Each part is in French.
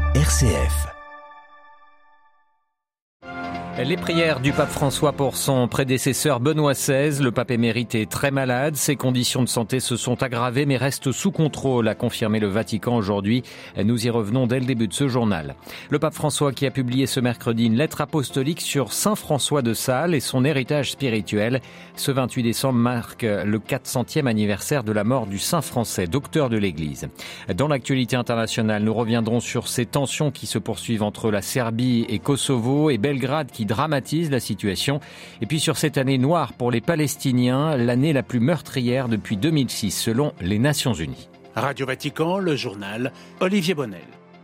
RCF. Les prières du pape François pour son prédécesseur Benoît XVI. Le pape émérite est très malade. Ses conditions de santé se sont aggravées mais restent sous contrôle, a confirmé le Vatican aujourd'hui. Nous y revenons dès le début de ce journal. Le pape François qui a publié ce mercredi une lettre apostolique sur Saint François de Sales et son héritage spirituel. Ce 28 décembre marque le 400e anniversaire de la mort du Saint français, docteur de l'Église. Dans l'actualité internationale, nous reviendrons sur ces tensions qui se poursuivent entre la Serbie et Kosovo et Belgrade qui dramatise la situation. Et puis sur cette année noire pour les Palestiniens, l'année la plus meurtrière depuis 2006 selon les Nations Unies. Radio Vatican, le journal, Olivier Bonnel.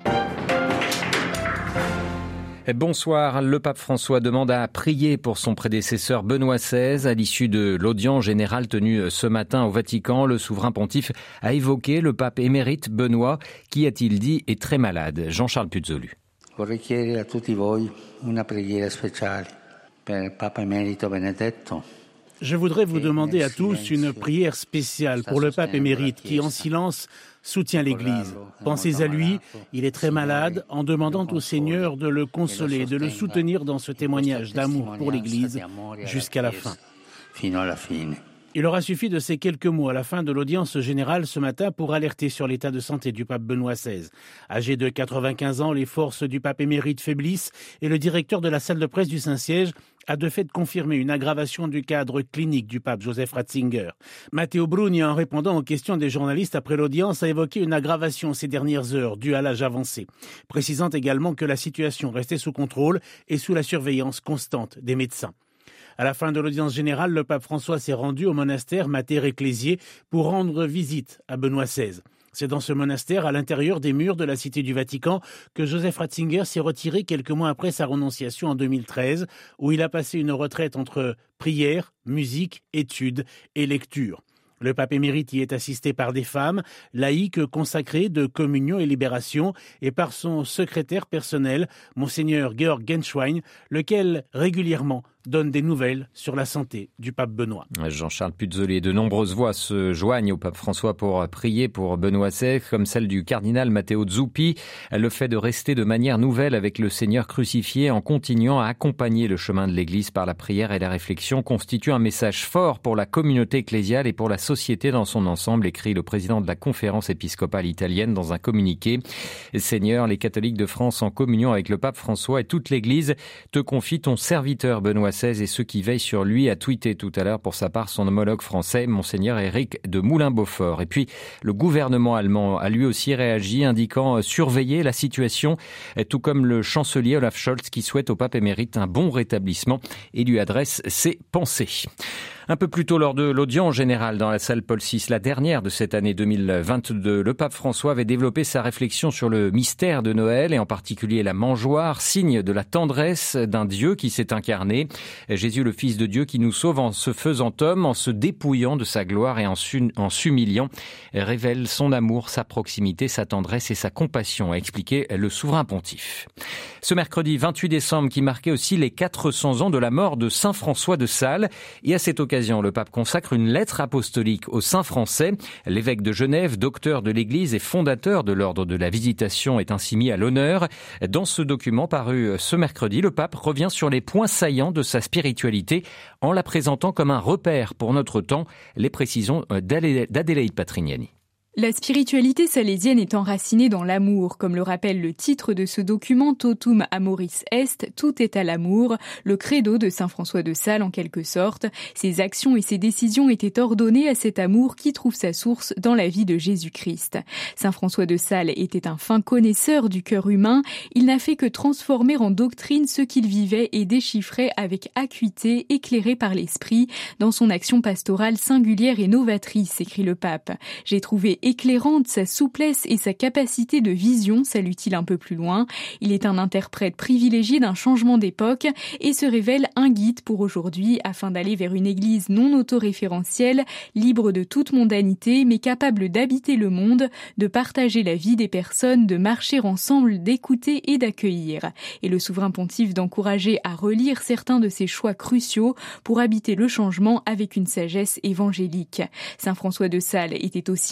Bonsoir. Le pape François demande à prier pour son prédécesseur Benoît XVI. À l'issue de l'audience générale tenue ce matin au Vatican, le souverain pontife a évoqué le pape émérite Benoît, qui, a-t-il dit, est très malade. Jean-Charles Puzzolu. Vorrei chiedere a tutti voi una preghiera speciale per il Papa Emerito Benedetto. Je voudrais vous demander à tous une prière spéciale pour le pape émérite qui, en silence, soutient l'Église. Pensez à lui, il est très malade, en demandant au Seigneur de le consoler, de le soutenir dans ce témoignage d'amour pour l'Église jusqu'à la fin. Fino alla fine. Il aura suffi de ces quelques mots à la fin de l'audience générale ce matin pour alerter sur l'état de santé du pape Benoît XVI. Âgé de 95 ans, les forces du pape émérite faiblissent et le directeur de la salle de presse du Saint-Siège a de fait confirmé une aggravation du cadre clinique du pape Joseph Ratzinger. Matteo Bruni, en répondant aux questions des journalistes après l'audience, a évoqué une aggravation ces dernières heures due à l'âge avancé, précisant également que la situation restait sous contrôle et sous la surveillance constante des médecins. À la fin de l'audience générale, le pape François s'est rendu au monastère Mater Ecclesiae pour rendre visite à Benoît XVI. C'est dans ce monastère, à l'intérieur des murs de la Cité du Vatican, que Joseph Ratzinger s'est retiré quelques mois après sa renonciation en 2013, où il a passé une retraite entre prière, musique, études et lecture. Le pape émérite y est assisté par des femmes, laïques consacrées de communion et libération, et par son secrétaire personnel, Monseigneur Georg Genschwein, lequel régulièrement donne des nouvelles sur la santé du pape Benoît. Jean-Charles Puzzoli, de nombreuses voix se joignent au pape François pour prier pour Benoît XVI, comme celle du cardinal Matteo Zuppi. Le fait de rester de manière nouvelle avec le Seigneur crucifié en continuant à accompagner le chemin de l'Église par la prière et la réflexion constitue un message fort pour la communauté ecclésiale et pour la société dans son ensemble, écrit le président de la conférence épiscopale italienne dans un communiqué. Seigneur, les catholiques de France en communion avec le pape François et toute l'Église te confient ton serviteur Benoît XVI et ceux qui veillent sur lui, a tweeté tout à l'heure pour sa part son homologue français, Monseigneur Éric de Moulin-Beaufort. Et puis, le gouvernement allemand a lui aussi réagi, indiquant surveiller la situation, tout comme le chancelier Olaf Scholz qui souhaite au pape émérite un bon rétablissement et lui adresse ses pensées. Un peu plus tôt lors de l'audience générale dans la salle Paul VI, la dernière de cette année 2022, le pape François avait développé sa réflexion sur le mystère de Noël et en particulier la mangeoire, signe de la tendresse d'un Dieu qui s'est incarné. Jésus, le Fils de Dieu, qui nous sauve en se faisant homme, en se dépouillant de sa gloire et en s'humiliant, révèle son amour, sa proximité, sa tendresse et sa compassion, a expliqué le souverain pontife. Ce mercredi 28 décembre qui marquait aussi les 400 ans de la mort de Saint François de Sales, et à cette occasion, le pape consacre une lettre apostolique au Saint français. L'évêque de Genève, docteur de l'Église et fondateur de l'ordre de la Visitation, est ainsi mis à l'honneur. Dans ce document paru ce mercredi, le pape revient sur les points saillants de sa spiritualité en la présentant comme un repère pour notre temps. Les précisions d'Adélaïde Patrignani. La spiritualité salésienne est enracinée dans l'amour, comme le rappelle le titre de ce document Totum Amoris Est, tout est à l'amour, le credo de Saint François de Sales en quelque sorte. Ses actions et ses décisions étaient ordonnées à cet amour qui trouve sa source dans la vie de Jésus-Christ. Saint François de Sales était un fin connaisseur du cœur humain, il n'a fait que transformer en doctrine ce qu'il vivait et déchiffrait avec acuité, éclairé par l'esprit, dans son action pastorale singulière et novatrice, écrit le pape. J'ai trouvé éclairante sa souplesse et sa capacité de vision, salue-t-il un peu plus loin. Il est un interprète privilégié d'un changement d'époque et se révèle un guide pour aujourd'hui afin d'aller vers une église non autoréférentielle, libre de toute mondanité mais capable d'habiter le monde, de partager la vie des personnes, de marcher ensemble, d'écouter et d'accueillir. Et le souverain pontife d'encourager à relire certains de ses choix cruciaux pour habiter le changement avec une sagesse évangélique. Saint François de Sales était aussi un maître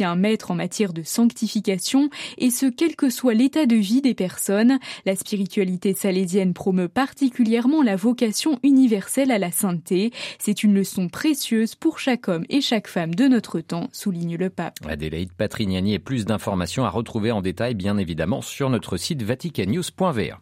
être en matière de sanctification, et ce quel que soit l'état de vie des personnes. La spiritualité salésienne promeut particulièrement la vocation universelle à la sainteté. C'est une leçon précieuse pour chaque homme et chaque femme de notre temps, souligne le pape. Adélaïde Patrignani, et plus d'informations à retrouver en détail, bien évidemment, sur notre site vaticannews.va.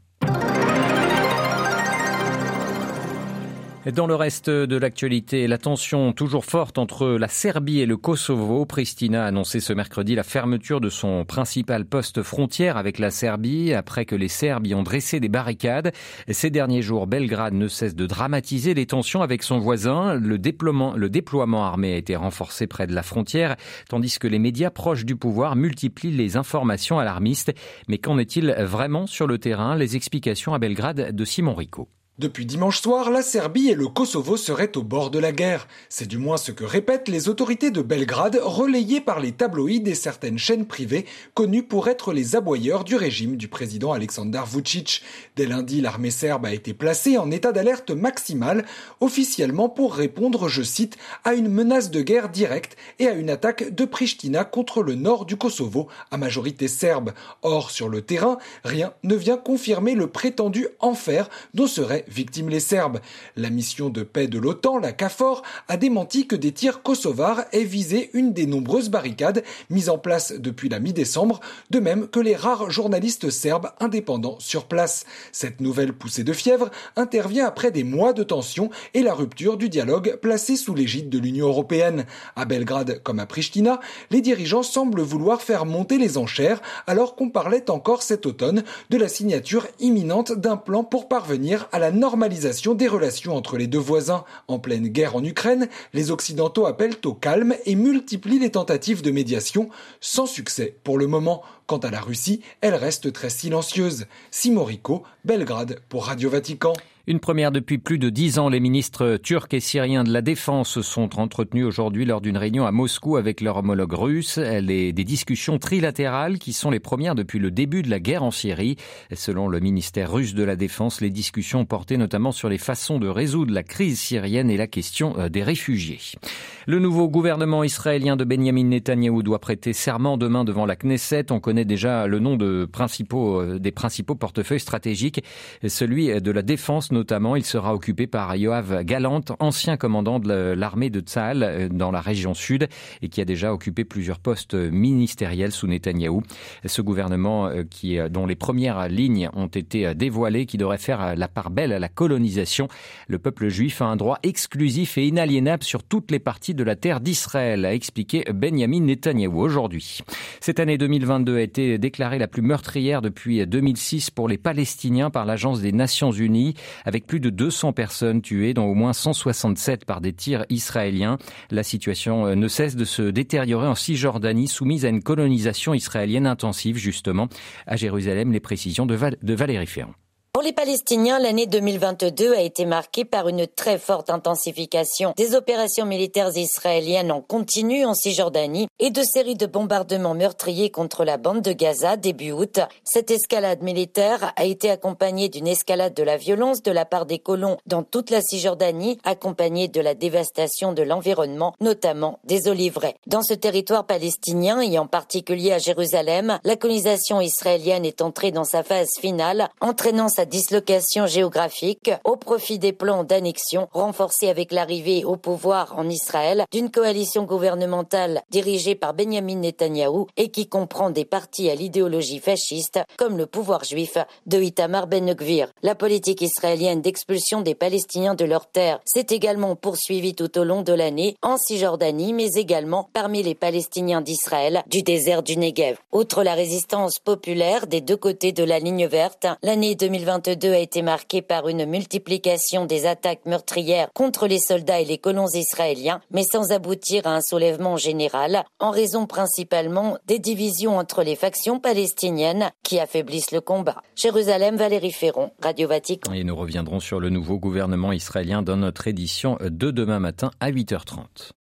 Dans le reste de l'actualité, la tension toujours forte entre la Serbie et le Kosovo. Pristina a annoncé ce mercredi la fermeture de son principal poste frontière avec la Serbie après que les Serbes y ont dressé des barricades. Ces derniers jours, Belgrade ne cesse de dramatiser les tensions avec son voisin. Le déploiement armé a été renforcé près de la frontière, tandis que les médias proches du pouvoir multiplient les informations alarmistes. Mais qu'en est-il vraiment sur le terrain? Les explications à Belgrade de Simon Rico. Depuis dimanche soir, la Serbie et le Kosovo seraient au bord de la guerre. C'est du moins ce que répètent les autorités de Belgrade, relayées par les tabloïds et certaines chaînes privées, connues pour être les aboyeurs du régime du président Aleksandar Vučić. Dès lundi, l'armée serbe a été placée en état d'alerte maximale, officiellement pour répondre, je cite, à une menace de guerre directe et à une attaque de Pristina contre le nord du Kosovo, à majorité serbe. Or, sur le terrain, rien ne vient confirmer le prétendu enfer dont seraient victimes les Serbes. La mission de paix de l'OTAN, la KFOR, a démenti que des tirs kosovars aient visé une des nombreuses barricades mises en place depuis la mi-décembre, de même que les rares journalistes serbes indépendants sur place. Cette nouvelle poussée de fièvre intervient après des mois de tension et la rupture du dialogue placé sous l'égide de l'Union européenne. À Belgrade comme à Pristina, les dirigeants semblent vouloir faire monter les enchères alors qu'on parlait encore cet automne de la signature imminente d'un plan pour parvenir à la normalisation des relations entre les deux voisins. En pleine guerre en Ukraine, les Occidentaux appellent au calme et multiplient les tentatives de médiation, sans succès pour le moment. Quant à la Russie, elle reste très silencieuse. Simon Rico, Belgrade pour Radio Vatican. Une première depuis plus de 10 ans. Les ministres turcs et syriens de la Défense sont entretenus aujourd'hui lors d'une réunion à Moscou avec leur homologue russe. Des discussions trilatérales qui sont les premières depuis le début de la guerre en Syrie. Selon le ministère russe de la Défense, les discussions portaient notamment sur les façons de résoudre la crise syrienne et la question des réfugiés. Le nouveau gouvernement israélien de Benyamin Netanyahou doit prêter serment demain devant la Knesset. On connaît déjà le nom des principaux portefeuilles stratégiques. Celui de la Défense notamment, il sera occupé par Yoav Gallant, ancien commandant de l'armée de Tsahal dans la région sud et qui a déjà occupé plusieurs postes ministériels sous Netanyahou. Ce gouvernement dont les premières lignes ont été dévoilées, qui devrait faire la part belle à la colonisation. Le peuple juif a un droit exclusif et inaliénable sur toutes les parties de la terre d'Israël, a expliqué Benyamin Netanyahou aujourd'hui. Cette année 2022 a été déclarée la plus meurtrière depuis 2006 pour les Palestiniens par l'Agence des Nations Unies, avec plus de 200 personnes tuées, dont au moins 167 par des tirs israéliens. La situation ne cesse de se détériorer en Cisjordanie, soumise à une colonisation israélienne intensive, justement. À Jérusalem, les précisions de Valérie Ferrand. Pour les Palestiniens, l'année 2022 a été marquée par une très forte intensification des opérations militaires israéliennes en continu en Cisjordanie et de séries de bombardements meurtriers contre la bande de Gaza début août. Cette escalade militaire a été accompagnée d'une escalade de la violence de la part des colons dans toute la Cisjordanie, accompagnée de la dévastation de l'environnement, notamment des oliveraies. Dans ce territoire palestinien et en particulier à Jérusalem, la colonisation israélienne est entrée dans sa phase finale, entraînant sa dislocation géographique au profit des plans d'annexion renforcés avec l'arrivée au pouvoir en Israël d'une coalition gouvernementale dirigée par Benyamin Netanyahou et qui comprend des partis à l'idéologie fasciste comme le pouvoir juif de Itamar Ben-Gvir. La politique israélienne d'expulsion des Palestiniens de leurs terres s'est également poursuivie tout au long de l'année en Cisjordanie, mais également parmi les Palestiniens d'Israël du désert du Negev. Outre la résistance populaire des deux côtés de la ligne verte, l'année 2022 a été marquée par une multiplication des attaques meurtrières contre les soldats et les colons israéliens, mais sans aboutir à un soulèvement général, en raison principalement des divisions entre les factions palestiniennes qui affaiblissent le combat. Jérusalem, Valérie Ferron, Radio Vatican. Et nous reviendrons sur le nouveau gouvernement israélien dans notre édition de demain matin à 8h30.